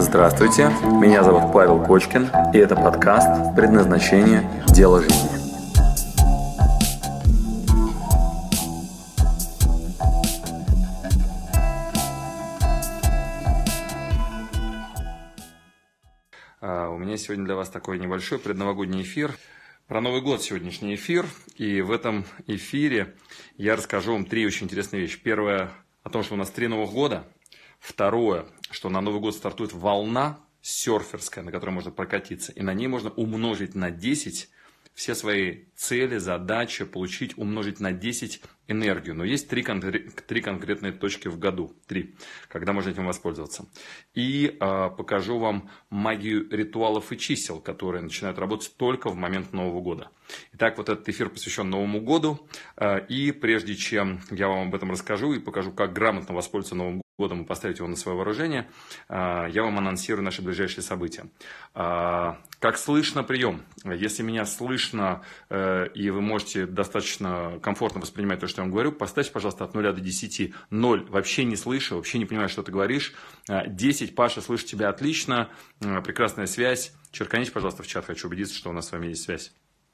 Здравствуйте, меня зовут Павел Кочкин, и это подкаст «Предназначение. Дело жизни». У меня сегодня для вас такой небольшой предновогодний эфир. Про Новый год сегодняшний эфир. И в этом эфире я расскажу вам три очень интересные вещи. Первое, о том, что у нас 3 Новых года. Второе, что на Новый год стартует волна серферская, на которой можно прокатиться. И на ней можно умножить на 10 все свои цели, задачи, умножить на 10 энергию. Но есть три конкретные точки в году, когда можно этим воспользоваться. И покажу вам магию ритуалов и чисел, которые начинают работать только в момент Нового года. Итак, вот этот эфир посвящен Новому году. И прежде чем я вам об этом расскажу и покажу, как грамотно воспользоваться Новым годом и поставить его на свое вооружение, я вам анонсирую наши ближайшие события. Как слышно прием? Если меня слышно и вы можете достаточно комфортно воспринимать то, что я вам говорю, поставьте, пожалуйста, от 0 до 10. 0 вообще не слышу, вообще не понимаю, что ты говоришь. 10, Паша, слышу тебя отлично, прекрасная связь. Черканите, пожалуйста, в чат, хочу убедиться, что у нас с вами есть связь.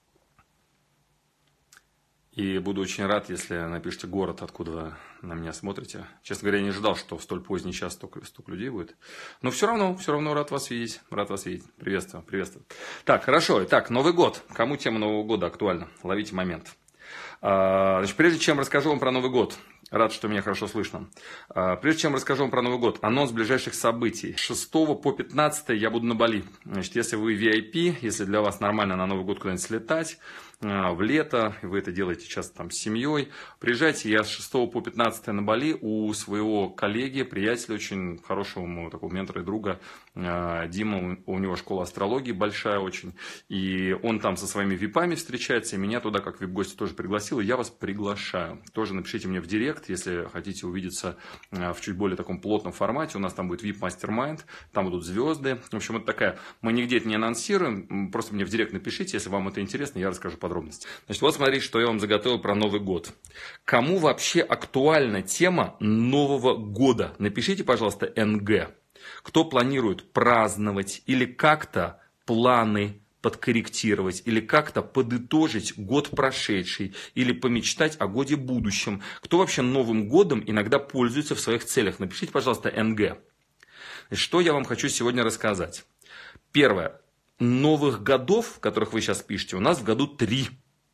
И буду очень рад, если напишите город, откуда вы на меня смотрите. Честно говоря, я не ожидал, что в столь поздний час столько людей будет. Но все равно рад вас видеть. Приветствую. Так, хорошо. Итак, Новый год. Кому тема Нового года актуальна? Ловите момент. Значит, прежде чем расскажу вам про Новый год, рад, что меня хорошо слышно. Прежде чем расскажу вам про Новый год, анонс ближайших событий. С 6 по 15 я буду на Бали. Значит, если вы VIP, если для вас нормально на Новый год куда-нибудь слетать, в лето, вы это делаете часто там с семьей, приезжайте, я с 6 по 15 на Бали у своего коллеги, приятеля, очень хорошего моего такого ментора и друга Дима, у него школа астрологии большая очень, и он там со своими випами встречается, и меня туда как вип-гостя тоже пригласил, и я вас приглашаю. Тоже напишите мне в директ, если хотите увидеться в чуть более таком плотном формате, у нас там будет VIP-мастер-майнд, там будут звезды, в общем, это такая, мы нигде это не анонсируем, просто мне в директ напишите, если вам это интересно, я расскажу подробности. Значит, вот смотрите, что я вам заготовил про Новый год. Кому вообще актуальна тема Нового года? Напишите, пожалуйста, НГ. Кто планирует праздновать или как-то планы подкорректировать, или как-то подытожить год прошедший, или помечтать о годе будущем. Кто вообще Новым годом иногда пользуется в своих целях? Напишите, пожалуйста, НГ. Что я вам хочу сегодня рассказать? Первое. Новых годов, которых вы сейчас пишете, у нас в году 3.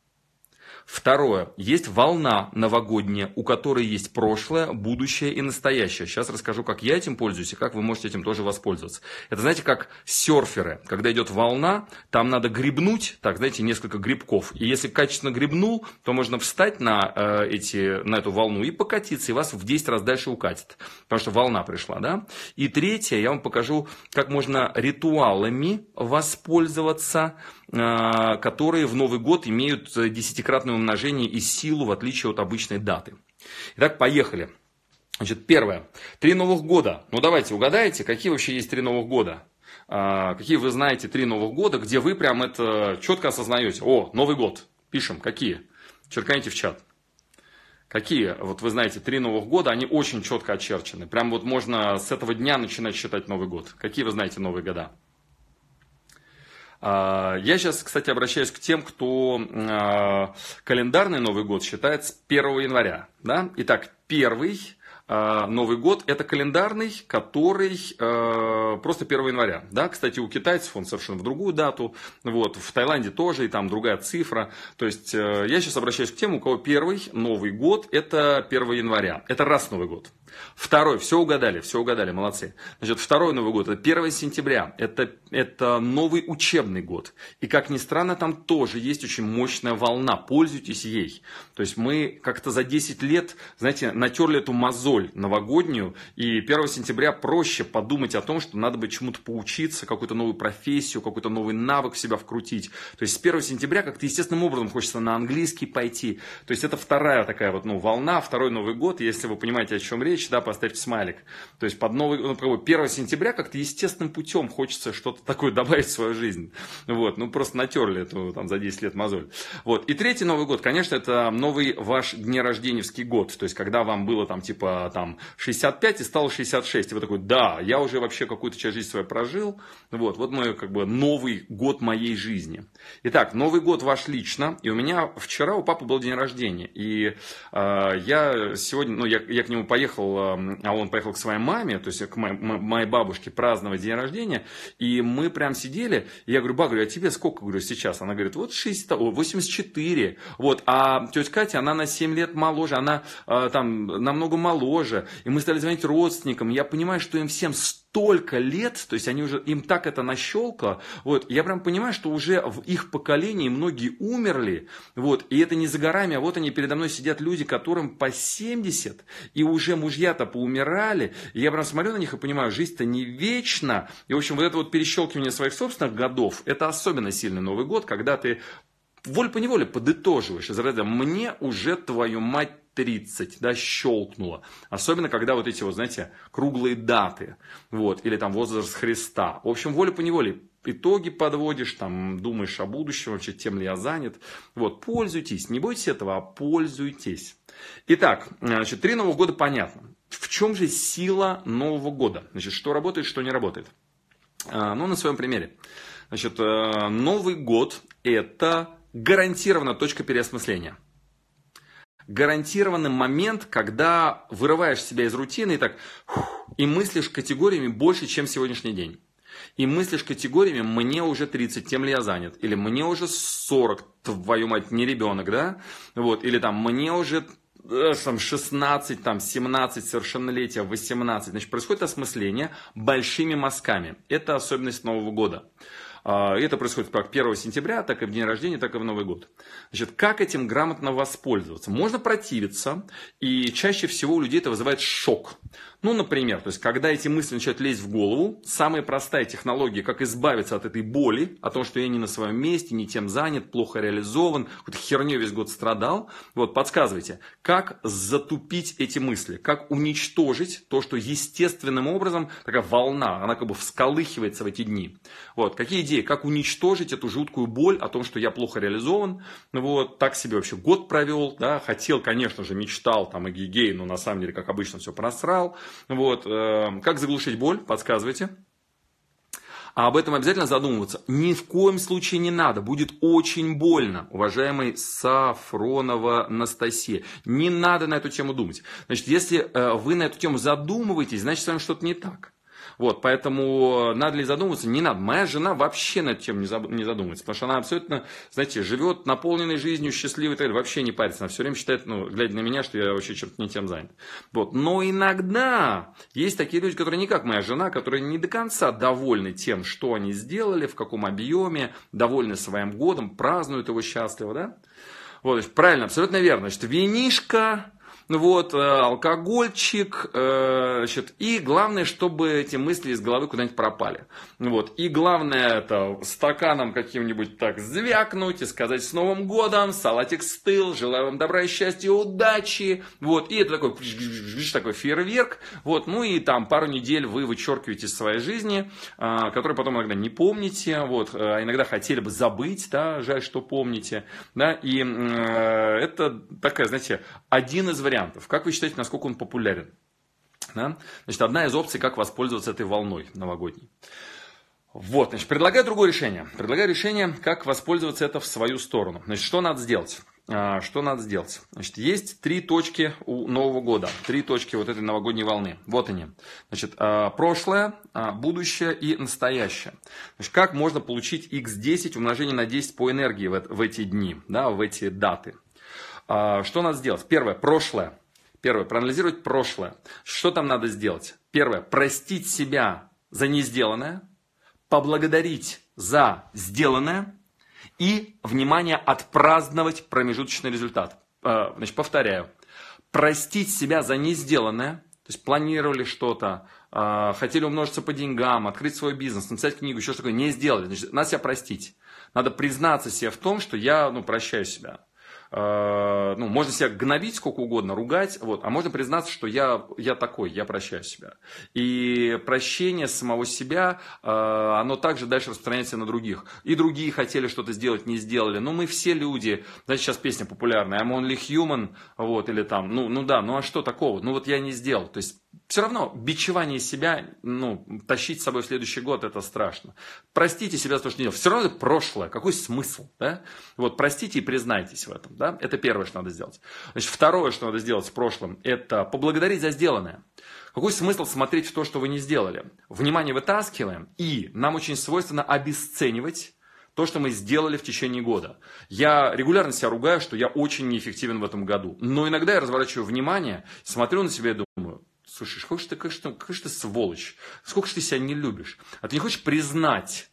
Второе. Есть волна новогодняя, у которой есть прошлое, будущее и настоящее. Сейчас расскажу, как я этим пользуюсь и как вы можете этим тоже воспользоваться. Это, знаете, как серферы. Когда идет волна, там надо гребнуть, так, знаете, несколько грибков. И если качественно гребнул, то можно встать на эту волну и покатиться, и вас в 10 раз дальше укатит. Потому что волна пришла, да? И третье, я вам покажу, как можно ритуалами воспользоваться, которые в Новый год имеют 10-кратное умножение и силу, в отличие от обычной даты. Итак, поехали. Значит, первое. 3 Новых года. Ну, давайте угадайте, какие вообще есть 3 Новых года. Какие вы знаете 3 Новых года, где вы прям это четко осознаете. О, Новый год. Пишем. Какие? Черканите в чат. Какие, вот вы знаете, 3 Новых года, они очень четко очерчены. Прям вот можно с этого дня начинать считать Новый год. Какие вы знаете новые года? Я сейчас, кстати, обращаюсь к тем, кто календарный Новый год считает с 1 января. Да? Итак, первый Новый год – это календарный, который просто 1 января. Да? Кстати, у китайцев он совершенно в другую дату. Вот. В Таиланде тоже, и там другая цифра. То есть, я сейчас обращаюсь к тем, у кого первый Новый год – это 1 января. Это раз Новый год. Второй, все угадали, молодцы. Значит, второй Новый год – это 1 сентября. Это новый учебный год. И, как ни странно, там тоже есть очень мощная волна. Пользуйтесь ей. То есть, мы как-то за 10 лет, знаете, натерли эту мозоль новогоднюю, и 1 сентября проще подумать о том, что надо бы чему-то поучиться, какую-то новую профессию, какой-то новый навык в себя вкрутить. То есть с 1 сентября как-то естественным образом хочется на английский пойти. То есть это вторая такая вот волна, второй Новый год. Если вы понимаете, о чем речь, встречи, да, поставьте смайлик. То есть под новый, 1 сентября как-то естественным путем хочется что-то такое добавить в свою жизнь. Вот, ну просто натерли эту там за 10 лет мозоль. Вот, и третий Новый год, конечно, это новый ваш днерожденевский год. То есть, когда вам было там типа там 65 и стало 66, и вы такой, да, я уже вообще какую-то часть жизни свою прожил. Вот мой как бы новый год моей жизни. Итак, Новый год ваш лично, и у меня вчера у папы был день рождения, и я сегодня, ну, я к нему поехал, а он поехал к своей маме, то есть к моей бабушке праздновать день рождения, и мы прям сидели, и я говорю, ба, говорю, а тебе сколько, говорю, сейчас? Она говорит, вот 84, вот, а тетя Катя, она на 7 лет моложе, она там намного моложе, и мы стали звонить родственникам, я понимаю, что им всем столько лет, то есть они уже, им так это нащелкало, вот, я прям понимаю, что уже в их поколении многие умерли, вот, и это не за горами, а вот они передо мной сидят люди, которым по 70, и уже мужья-то поумирали, и я прям смотрю на них и понимаю, жизнь-то не вечна, и, в общем, вот это вот перещелкивание своих собственных годов, это особенно сильный Новый год, когда ты волей-поневоле подытоживаешь из ряда «мне уже, твою мать, 30, да, щелкнуло». Особенно, когда вот эти вот, знаете, круглые даты, вот, или там возраст Христа. В общем, волей-поневоле итоги подводишь, там, думаешь о будущем, вообще, тем ли я занят. Вот, пользуйтесь, не бойтесь этого, а пользуйтесь. Итак, значит, 3 Нового года понятно. В чем же сила Нового года? Значит, что работает, что не работает? Ну, на своем примере. Значит, Новый год – это гарантированно точка переосмысления. Гарантированный момент, когда вырываешь себя из рутины и так, и мыслишь категориями больше, чем сегодняшний день. И мыслишь категориями «мне уже 30, тем ли я занят», или «мне уже 40, твою мать, не ребенок, да?» Вот, или там «мне уже там, 16, там, 17, совершеннолетие, 18». Значит, происходит осмысление большими мазками. Это особенность Нового года. Это происходит как 1 сентября, так и в день рождения, так и в Новый год. Значит, как этим грамотно воспользоваться? Можно противиться, и чаще всего у людей это вызывает шок. Ну, например, то есть, когда эти мысли начинают лезть в голову, самая простая технология, как избавиться от этой боли, о том, что я не на своем месте, не тем занят, плохо реализован, какой-то херней весь год страдал. Вот, подсказывайте, как затупить эти мысли, как уничтожить то, что естественным образом, такая волна, она как бы всколыхивается в эти дни. Вот, какие идеи, как уничтожить эту жуткую боль о том, что я плохо реализован, вот, так себе вообще год провел, да, хотел, конечно же, мечтал, там, эгегей, но на самом деле, как обычно, все просрал. Вот, как заглушить боль, подсказывайте. А об этом обязательно задумываться. Ни в коем случае не надо. Будет очень больно, уважаемый Сафронова Анастасия. Не надо на эту тему думать. Значит, если вы на эту тему задумываетесь, значит, с вами что-то не так. Вот, поэтому надо ли задумываться? Не надо. Моя жена вообще на эту тему не задумывается, потому что она абсолютно, знаете, живет наполненной жизнью, счастливой, и так далее, вообще не парится. Она все время считает, ну, глядя на меня, что я вообще чем-то не тем занят. Вот. Но иногда есть такие люди, которые не как моя жена, которые не до конца довольны тем, что они сделали, в каком объеме, довольны своим годом, празднуют его счастливо, да? Вот, правильно, абсолютно верно. Значит, винишко, вот, алкогольчик, значит, и главное, чтобы эти мысли из головы куда-нибудь пропали. Вот, и главное, это стаканом каким-нибудь так звякнуть и сказать с Новым годом, салатик стыл, желаю вам добра и счастья, удачи. Вот, и это такой фейерверк. Вот, ну и там пару недель вы вычеркиваете из своей жизни, которые потом иногда не помните, вот, а иногда хотели бы забыть, да, жаль, что помните, да, и это такая, знаете, один из вариантов. Как вы считаете, насколько он популярен? Да? Значит, одна из опций, как воспользоваться этой волной новогодней. Вот, значит, предлагаю другое решение. Предлагаю решение, как воспользоваться это в свою сторону. Значит, что надо сделать? Что надо сделать? Значит, есть 3 точки у Нового года. 3 точки вот этой новогодней волны. Вот они. Значит, прошлое, будущее и настоящее. Значит, как можно получить x10 умножение на 10 по энергии в эти дни, да, в эти даты? Что надо сделать? Первое, прошлое. Первое, проанализировать прошлое. Что там надо сделать? Первое, простить себя за несделанное, поблагодарить за сделанное и, внимание, отпраздновать промежуточный результат. Значит, повторяю. Простить себя за несделанное, то есть планировали что-то, хотели умножиться по деньгам, открыть свой бизнес, написать книгу, еще что-то такое, не сделали. Значит, надо себя простить. Надо признаться себе в том, что я прощаю себя. ну, можно себя гнобить сколько угодно, ругать, вот, а можно признаться, что я такой, я прощаю себя. И прощение самого себя, оно также дальше распространяется на других. И другие хотели что-то сделать, не сделали. Но мы все люди, знаете, сейчас песня популярная, I'm only human, вот, или там, ну да, ну а что такого? Ну вот я не сделал. То есть все равно бичевание себя, ну, тащить с собой в следующий год, это страшно. Простите себя за то, что не делал. Все равно это прошлое. Какой смысл? Да? Вот простите и признайтесь в этом. Да? Это первое, что надо сделать. Значит, второе, что надо сделать в прошлом, это поблагодарить за сделанное. Какой смысл смотреть в то, что вы не сделали? Внимание вытаскиваем, и нам очень свойственно обесценивать то, что мы сделали в течение года. Я регулярно себя ругаю, что я очень неэффективен в этом году. Но иногда я разворачиваю внимание, смотрю на себя и думаю: слушай, какой же ты сволочь, сколько же ты себя не любишь. А ты не хочешь признать,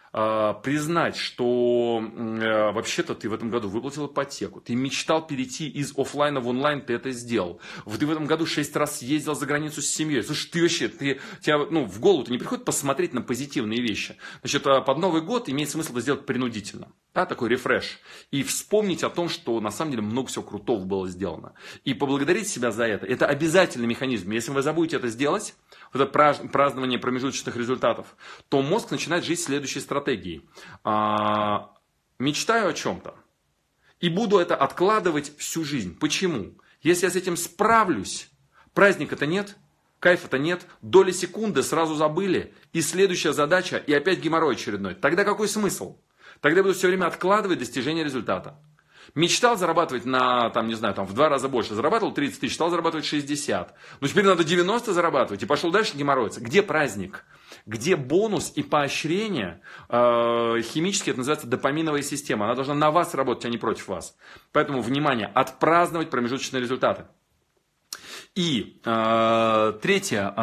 что вообще-то ты в этом году выплатил ипотеку, ты мечтал перейти из офлайна в онлайн, ты это сделал. Ты в этом году 6 раз съездил за границу с семьей. Слушай, ты вообще, тебя в голову-то не приходит посмотреть на позитивные вещи. Значит, под Новый год имеет смысл это сделать принудительно. Да, такой рефреш. И вспомнить о том, что на самом деле много всего крутого было сделано. И поблагодарить себя за это. Это обязательный механизм. Если вы забудете это сделать, вот это празднование промежуточных результатов, то мозг начинает жить следующей стратегией. Мечтаю о чем-то. И буду это откладывать всю жизнь. Почему? Если я с этим справлюсь, праздника-то нет, кайфа-то нет, доли секунды сразу забыли, и следующая задача, и опять геморрой очередной. Тогда какой смысл? Тогда я буду все время откладывать достижение результата. Мечтал зарабатывать в 2 раза больше. Зарабатывал 30 тысяч, стал зарабатывать 60. Ну, теперь надо 90 зарабатывать. И пошел дальше геморроиться. Где праздник? Где бонус и поощрение? Химически это называется допаминовая система. Она должна на вас работать, а не против вас. Поэтому, внимание, отпраздновать промежуточные результаты. И третье.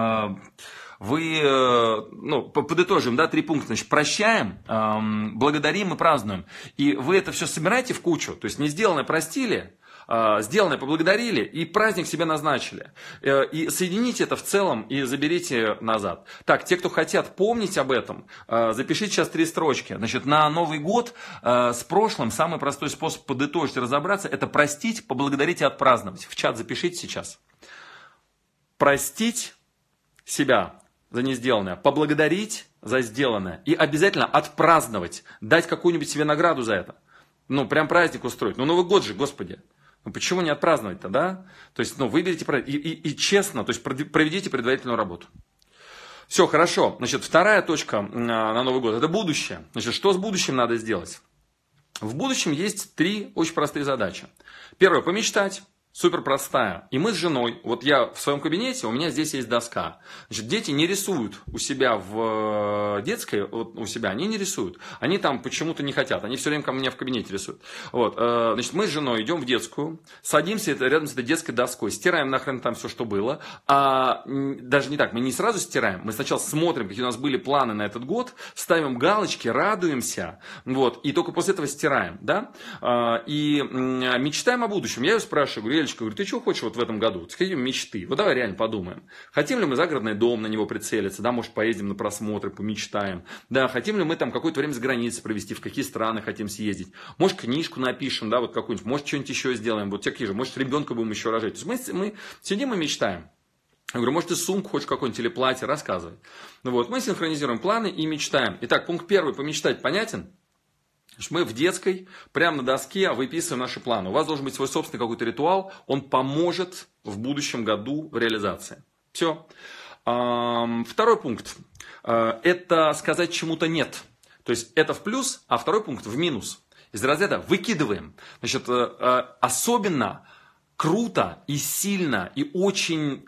Подытожим, 3 пункта. Значит, прощаем, благодарим и празднуем. И вы это все собираете в кучу. То есть, не сделанное простили, сделанное поблагодарили и праздник себе назначили. И соедините это в целом и заберите назад. Так, те, кто хотят помнить об этом, запишите сейчас 3 строчки. Значит, на Новый год с прошлым самый простой способ подытожить и разобраться — это простить, поблагодарить и отпраздновать. В чат запишите сейчас. Простить себя за несделанное, поблагодарить за сделанное и обязательно отпраздновать, дать какую-нибудь себе награду за это. Прям праздник устроить. Новый год же, Господи. Почему не отпраздновать-то, да? То есть, выберите и честно, то есть проведите предварительную работу. Все, хорошо. Значит, вторая точка на Новый год – это будущее. Значит, что с будущим надо сделать? В будущем есть 3 очень простые задачи. Первое – помечтать. Супер простая. И мы с женой, вот я в своем кабинете, у меня здесь есть доска. Значит, дети не рисуют у себя в детской, вот у себя, они не рисуют. Они там почему-то не хотят, они все время ко мне в кабинете рисуют. Вот, значит, мы с женой идем в детскую, садимся рядом с этой детской доской, стираем нахрен там все, что было. Даже не так, мы не сразу стираем, мы сначала смотрим, какие у нас были планы на этот год, ставим галочки, радуемся, вот, и только после этого стираем, да, и мечтаем о будущем. Я ее спрашиваю, говорю: Элечка, говорю, ты чего хочешь вот в этом году? Какие мечты? Вот давай реально подумаем. Хотим ли мы загородный дом, на него прицелиться? Да, может, поедем на просмотры, помечтаем. Да, хотим ли мы там какое-то время за границей провести, в какие страны хотим съездить? Может, книжку напишем, да, вот какую-нибудь. Может, что-нибудь еще сделаем. Вот такие же. Может, ребенка будем еще рожать. То есть мы сидим и мечтаем. Я говорю: может, ты сумку хочешь какую-нибудь или платье? Рассказывай. Вот, мы синхронизируем планы и мечтаем. Итак, пункт 1. Помечтать понятен? Мы в детской, прямо на доске выписываем наши планы. У вас должен быть свой собственный какой-то ритуал, он поможет в будущем году в реализации. Все. Второй пункт. Это сказать чему-то нет. То есть это в плюс, а второй пункт в минус. Из разряда выкидываем. Значит, особенно круто и сильно и очень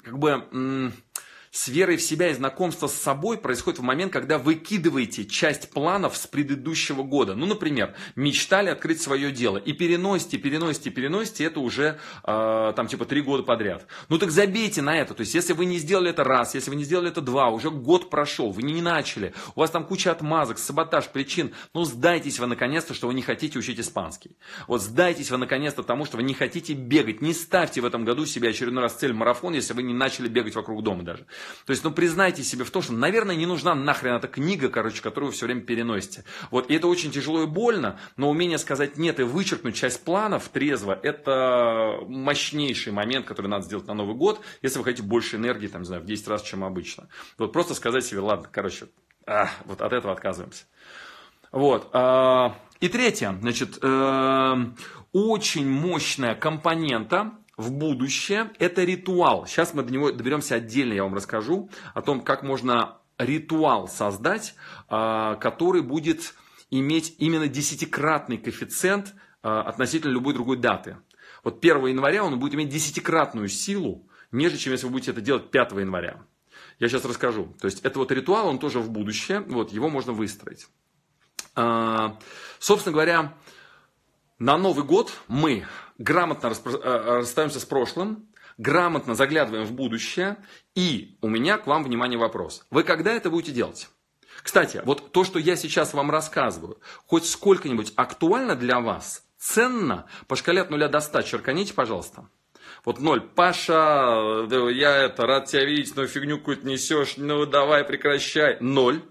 с верой в себя и знакомство с собой происходит в момент, когда выкидываете часть планов с предыдущего года. Например, мечтали открыть свое дело и переносите это уже 3 года подряд. Так забейте на это. То есть, если вы не сделали это раз, если вы не сделали это 2, уже год прошел, вы не начали, у вас там куча отмазок, саботаж, причин. Сдайтесь вы наконец-то, что вы не хотите учить испанский. Вот сдайтесь вы наконец-то тому, что вы не хотите бегать. Не ставьте в этом году себе очередной раз цель марафон, если вы не начали бегать вокруг дома даже. То есть, ну, признайте себе в том, что, наверное, не нужна нахрен эта книга, короче, которую вы все время переносите. Вот, и это очень тяжело и больно, но умение сказать нет и вычеркнуть часть планов трезво, это мощнейший момент, который надо сделать на Новый год, если вы хотите больше энергии, там, не знаю, в 10 раз, чем обычно. Вот, просто сказать себе, ладно, короче, вот от этого отказываемся. Вот. И третье, значит, очень мощная компонента в будущее – это ритуал. Сейчас мы до него доберемся отдельно, я вам расскажу о том, как можно ритуал создать, который будет иметь именно 10-кратный коэффициент относительно любой другой даты. Вот 1 января он будет иметь 10-кратную силу, нежели чем если вы будете это делать 5 января. Я сейчас расскажу. То есть это вот ритуал, он тоже в будущее, вот, его можно выстроить. Собственно говоря, на Новый год мы грамотно расстаемся с прошлым, грамотно заглядываем в будущее, и у меня к вам, внимание, вопрос. Вы когда это будете делать? Кстати, вот то, что я сейчас вам рассказываю, хоть сколько-нибудь актуально для вас, ценно, по шкале от 0 до 100 черканите, пожалуйста. Вот 0. Паша, я рад тебя видеть, но фигню какую-то несешь, ну давай прекращай. 0.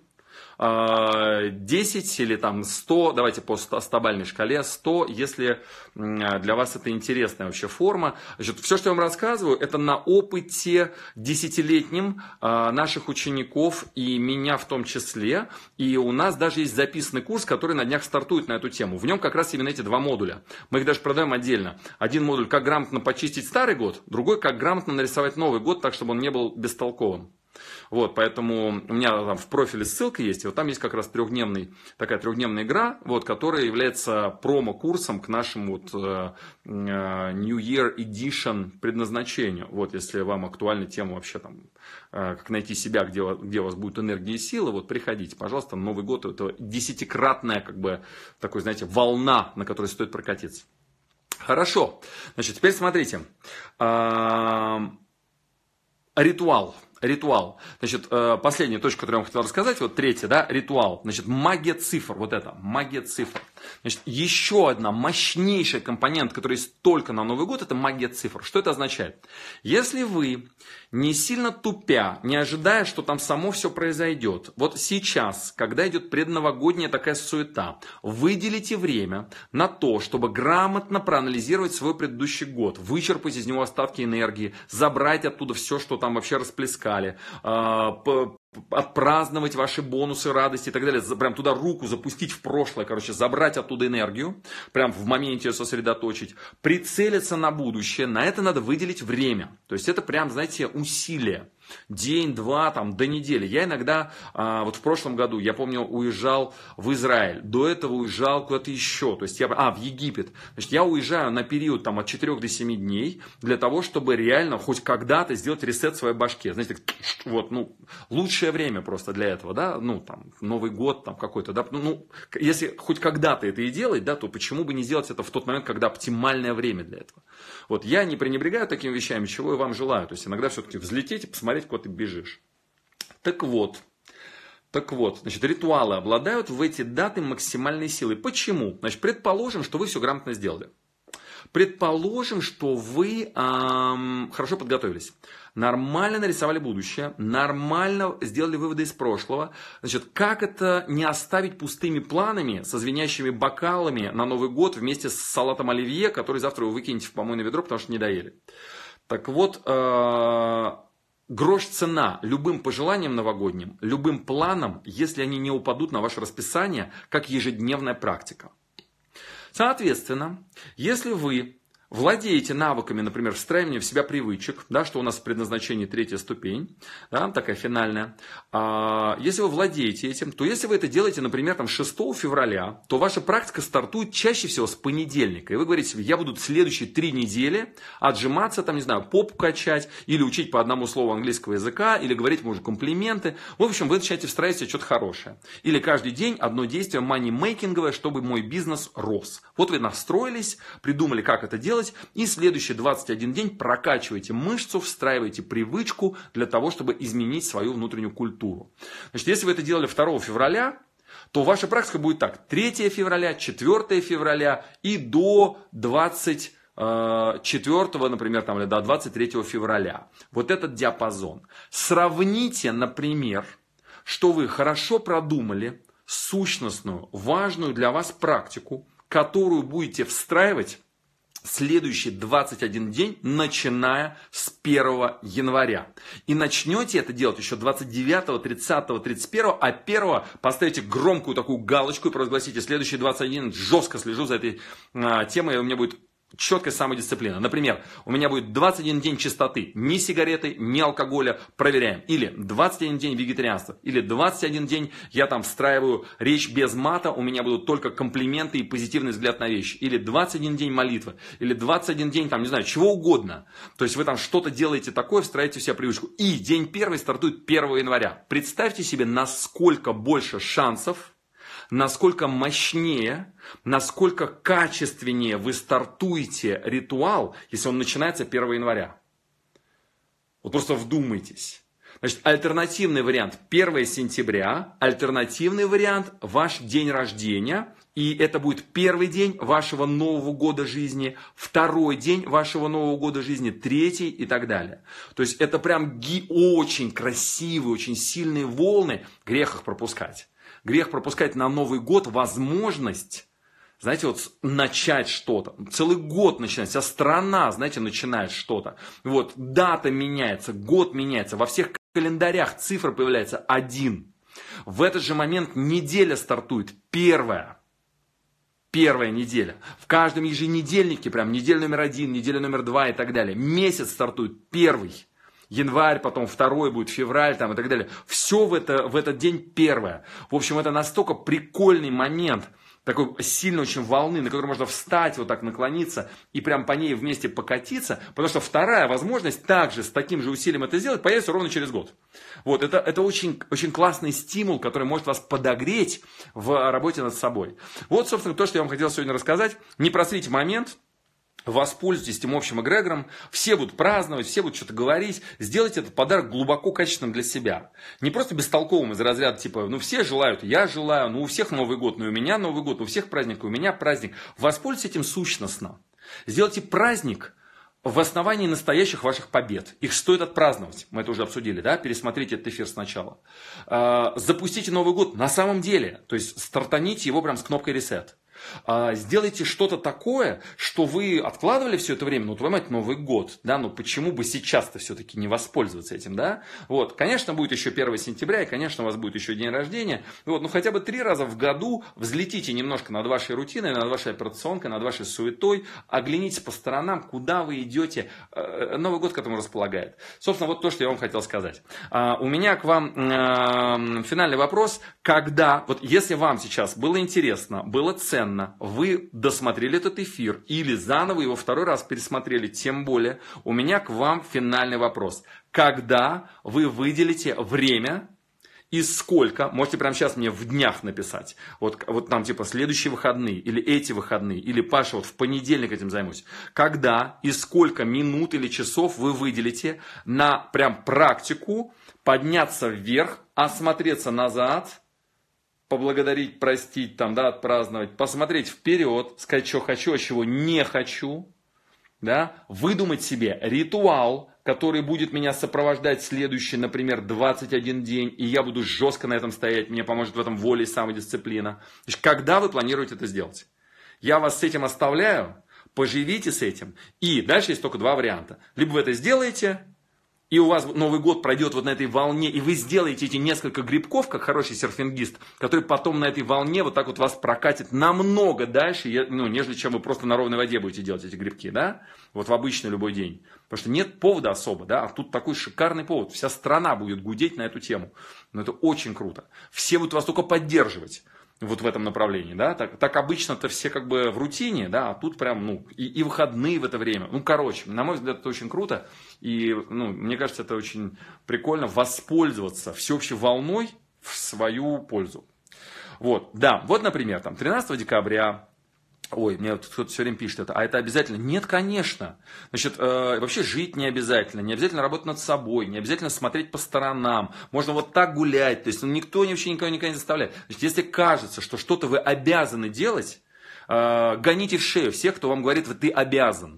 10 или там 100, давайте по 100-бальной шкале, 100, если для вас это интересная вообще форма. Значит, все, что я вам рассказываю, это на опыте десятилетнем наших учеников и меня в том числе. И у нас даже есть записанный курс, который на днях стартует на эту тему. В нем как раз именно эти два модуля. Мы их даже продаем отдельно. Один модуль, как грамотно почистить старый год, другой, как грамотно нарисовать Новый год, так, чтобы он не был бестолковым. Вот, поэтому у меня там в профиле ссылка есть, и вот там есть как раз такая трехдневная игра, вот, которая является промо-курсом к нашему вот, New Year Edition предназначению. Вот, если вам актуальна тема вообще там, как найти себя, где у вас будет энергия и сила, вот, приходите, пожалуйста, на Новый год это 10-кратная, как бы, такой, знаете, волна, на которой стоит прокатиться. Хорошо, значит, теперь смотрите, Ритуал. Значит, последняя точка, которую я вам хотел рассказать, вот третья, да, ритуал. Значит, магия цифр, вот это, магия цифр. Значит, еще одна мощнейшая компонент, которая есть только на Новый год, это магия цифр. Что это означает? Если вы не сильно тупя, не ожидая, что там само все произойдет, вот сейчас, когда идет предновогодняя такая суета, выделите время на то, чтобы грамотно проанализировать свой предыдущий год, вычерпать из него остатки энергии, забрать оттуда все, что там вообще расплескали, отпраздновать ваши бонусы, радости и так далее, прям туда руку запустить в прошлое, короче, забрать оттуда энергию, прям в моменте ее сосредоточить, прицелиться на будущее, на это надо выделить время, то есть это прям, знаете, усилие. День, два, там, до недели. Я иногда, вот в прошлом году, я помню, уезжал в Израиль. До этого уезжал куда-то еще. То есть в Египет. Значит, я уезжаю на период там, от 4 до 7 дней для того, чтобы реально хоть когда-то сделать ресет в своей башке. Знаете, вот, ну, лучшее время просто для этого, да, ну, там, Новый год там какой-то, да, ну, если хоть когда-то это и делать, да, то почему бы не сделать это в тот момент, когда оптимальное время для этого. Вот, я не пренебрегаю такими вещами, чего я вам желаю. То есть, иногда все-таки взлететь и посмотреть, куда ты бежишь. Так вот, значит, ритуалы обладают в эти даты максимальной силой. Почему? Значит, предположим, что вы все грамотно сделали. Предположим, что вы хорошо подготовились. Нормально нарисовали будущее, нормально сделали выводы из прошлого. Значит, как это не оставить пустыми планами, со звенящими бокалами на Новый год вместе с салатом оливье, который завтра вы выкинете в помойное ведро, потому что не доели. Так вот, грош цена любым пожеланиям новогодним, любым планам, если они не упадут на ваше расписание, как ежедневная практика. Соответственно, если вы владеете навыками, например, встраивания в себя привычек, да, что у нас в предназначении 3-я ступень, да, такая финальная. Если вы владеете этим, то если вы это делаете, например, там, 6 февраля, то ваша практика стартует чаще всего с понедельника. И вы говорите себе, я буду следующие 3 недели отжиматься, там, не знаю, попу качать, или учить по одному слову английского языка, или говорить, может, комплименты. В общем, вы начинаете встраивать себе что-то хорошее. Или каждый день одно действие манимейкинговое, чтобы мой бизнес рос. Вот вы настроились, придумали, как это делать, и следующие 21 день прокачиваете мышцу, встраиваете привычку для того, чтобы изменить свою внутреннюю культуру. Значит, если вы это делали 2 февраля, то ваша практика будет так. 3 февраля, 4 февраля и до 22 4, например, там, или до 23 февраля. Вот этот диапазон. Сравните, например, что вы хорошо продумали сущностную, важную для вас практику, которую будете встраивать следующий 21 день, начиная с 1 января. И начнете это делать еще 29, 30, 31, а 1 поставите громкую такую галочку и провозгласите: следующие 21 жестко слежу за этой темой, и у меня будет четкая самодисциплина. Например, у меня будет 21 день чистоты, ни сигареты, ни алкоголя, проверяем. Или 21 день вегетарианства, или 21 день я там встраиваю речь без мата, у меня будут только комплименты и позитивный взгляд на вещи. Или 21 день молитвы, или 21 день, там, не знаю, чего угодно. То есть вы там что-то делаете такое, встраиваете в себя привычку. И день первый стартует 1 января. Представьте себе, насколько больше шансов, насколько мощнее, насколько качественнее вы стартуете ритуал, если он начинается 1 января. Вот просто вдумайтесь. Значит, альтернативный вариант 1 сентября, альтернативный вариант ваш день рождения, и это будет первый день вашего Нового года жизни, второй день вашего Нового года жизни, третий и так далее. То есть это прям очень красивые, очень сильные волны, грех их пропускать. Грех пропускать на Новый год возможность, знаете, вот начать что-то. Целый год начинается, вся страна, знаете, начинает что-то. Вот, дата меняется, год меняется, во всех календарях цифра появляется 1. В этот же момент неделя стартует, первая неделя. В каждом еженедельнике, прям неделя номер 1, неделя номер 2 и так далее. Месяц стартует 1. Январь, потом 2 будет февраль там, и так далее. Все в этот день 1. В общем, это настолько прикольный момент, такой сильной очень волны, на которой можно встать, вот так наклониться и прям по ней вместе покатиться, потому что вторая возможность также с таким же усилием это сделать появится ровно через год. Вот, это очень, очень классный стимул, который может вас подогреть в работе над собой. Вот, собственно, то, что я вам хотел сегодня рассказать. Не просрите момент. Воспользуйтесь этим общим эгрегором, все будут праздновать, все будут что-то говорить, сделайте этот подарок глубоко качественным для себя. Не просто бестолковым из разряда типа, ну все желают, я желаю, ну у всех Новый год, ну и у меня Новый год, у всех праздник, у меня праздник. Воспользуйтесь этим сущностно. Сделайте праздник в основании настоящих ваших побед. Их стоит отпраздновать. Мы это уже обсудили, да? Пересмотрите этот эфир сначала. Запустите Новый год на самом деле. То есть стартаните его прям с кнопкой reset. Сделайте что-то такое, что вы откладывали все это время, ну, твою мать, Новый год, да, ну, почему бы сейчас-то все-таки не воспользоваться этим, да, вот, конечно, будет еще 1 сентября, и, конечно, у вас будет еще день рождения, вот, ну, хотя бы 3 раза в году взлетите немножко над вашей рутиной, над вашей операционкой, над вашей суетой, оглянитесь по сторонам, куда вы идете, Новый год к этому располагает. Собственно, вот то, что я вам хотел сказать. У меня к вам финальный вопрос, когда, вот, если вам сейчас было интересно, было ценно, вы досмотрели этот эфир или заново его 2 раз пересмотрели, тем более, у меня к вам финальный вопрос. Когда вы выделите время и сколько, можете прямо сейчас мне в днях написать, вот там типа следующие выходные или эти выходные, или Паша, вот в понедельник этим займусь, когда и сколько минут или часов вы выделите на прям практику подняться вверх, осмотреться назад, поблагодарить, простить, там, да, отпраздновать, посмотреть вперед, сказать, что хочу, а чего не хочу, да, выдумать себе ритуал, который будет меня сопровождать следующий, например, 21 день, и я буду жестко на этом стоять, мне поможет в этом воля и самодисциплина. Значит, когда вы планируете это сделать? Я вас с этим оставляю, поживите с этим, и дальше есть только 2 варианта. Либо вы это сделаете, и у вас Новый год пройдет вот на этой волне, и вы сделаете эти несколько грибков, как хороший серфингист, который потом на этой волне вот так вот вас прокатит намного дальше, ну, нежели чем вы просто на ровной воде будете делать эти грибки, да, вот в обычный любой день. Потому что нет повода особо, да, а тут такой шикарный повод, вся страна будет гудеть на эту тему. Но это очень круто. Все будут вас только поддерживать. Вот в этом направлении, да, так обычно-то все как бы в рутине, да, а тут прям, ну, и выходные в это время, ну, короче, на мой взгляд, это очень круто, и, ну, мне кажется, это очень прикольно воспользоваться всеобщей волной в свою пользу. Вот, да, вот, например, там, 13 декабря, ой, мне вот кто-то все время пишет это, а это обязательно? Нет, конечно. Значит, вообще жить не обязательно работать над собой, не обязательно смотреть по сторонам. Можно вот так гулять, то есть никто вообще никого никогда не заставляет. Значит, если кажется, что что-то вы обязаны делать, гоните в шею всех, кто вам говорит, ты обязан.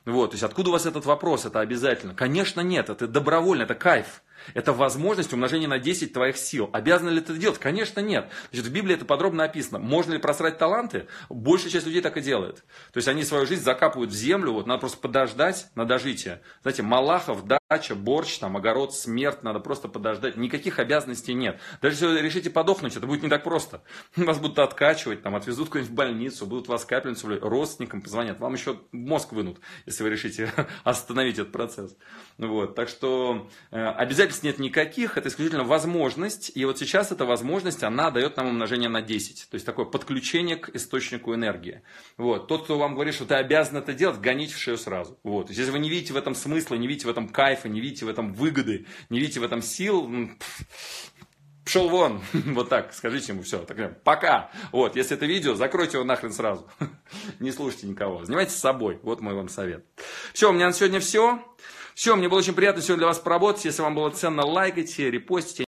Вот, то есть откуда у вас этот вопрос? Это обязательно? Конечно, нет, это добровольно, это кайф. Это возможность умножения на 10 твоих сил. Обязаны ли ты это делать? Конечно, нет. Значит, в Библии это подробно описано. Можно ли просрать таланты? Большая часть людей так и делает. То есть они свою жизнь закапывают в землю, вот надо просто подождать на дожитие. Знаете, Малахов, дача, борщ, там, огород, смерть, надо просто подождать. Никаких обязанностей нет. Даже если вы решите подохнуть, это будет не так просто. Вас будут откачивать, там, отвезут куда-нибудь в больницу, будут вас капельницу, родственникам позвонят. Вам еще мозг вынут, если вы решите остановить этот процесс. Вот. Так что обязательно нет никаких, это исключительно возможность, и вот сейчас эта возможность, она дает нам умножение на 10, то есть такое подключение к источнику энергии. Вот. Тот, кто вам говорит, что ты обязан это делать, гоните в шею сразу. Вот. То есть, если вы не видите в этом смысла, не видите в этом кайфа, не видите в этом выгоды, не видите в этом сил, пшел вон, вот так, скажите ему все, так, пока. Вот, если это видео, закройте его нахрен сразу, не слушайте никого, занимайтесь собой, вот мой вам совет. Все, у меня на сегодня все. Все, мне было очень приятно сегодня для вас поработать. Если вам было ценно, лайкайте, репостите.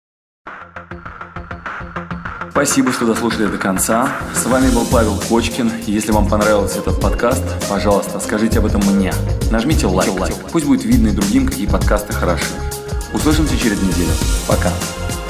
Спасибо, что дослушали до конца. С вами был Павел Кочкин. Если вам понравился этот подкаст, пожалуйста, скажите об этом мне. Нажмите лайк. Пусть будет видно и другим, какие подкасты хороши. Услышимся через неделю. Пока.